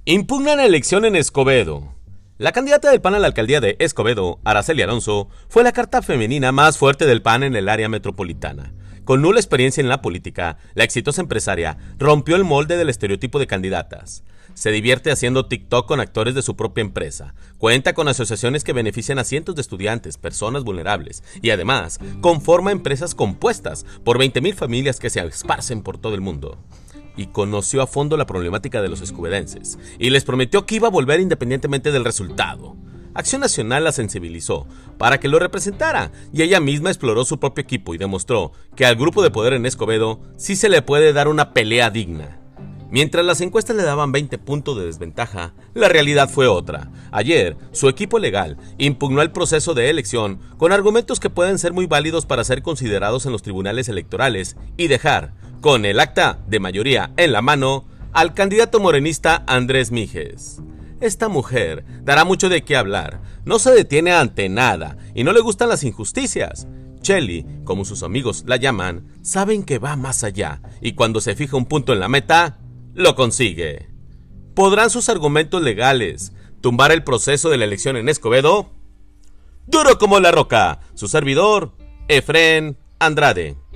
Impugnan elección en Escobedo. La candidata del PAN a la alcaldía de Escobedo, Araceli Alonso, fue la carta femenina más fuerte del PAN en el área metropolitana. Con nula experiencia en la política, la exitosa empresaria rompió el molde del estereotipo de candidatas. Se divierte haciendo TikTok con actores de su propia empresa, cuenta con asociaciones que benefician a cientos de estudiantes, personas vulnerables, y además conforma empresas compuestas por 20,000 familias que se esparcen por todo el mundo. Y conoció a fondo la problemática de los escobedenses, y les prometió que iba a volver independientemente del resultado. Acción Nacional la sensibilizó para que lo representara, y ella misma exploró su propio equipo y demostró que al grupo de poder en Escobedo sí se le puede dar una pelea digna. Mientras las encuestas le daban 20 puntos de desventaja, la realidad fue otra. Ayer, su equipo legal impugnó el proceso de elección con argumentos que pueden ser muy válidos para ser considerados en los tribunales electorales y dejar, con el acta de mayoría en la mano, al candidato morenista Andrés Mijes. Esta mujer dará mucho de qué hablar, no se detiene ante nada y no le gustan las injusticias. Chelly, como sus amigos la llaman, saben que va más allá y cuando se fija un punto en la meta, lo consigue. ¿Podrán sus argumentos legales tumbar el proceso de la elección en Escobedo? Duro como la roca, su servidor, Efrén Andrade.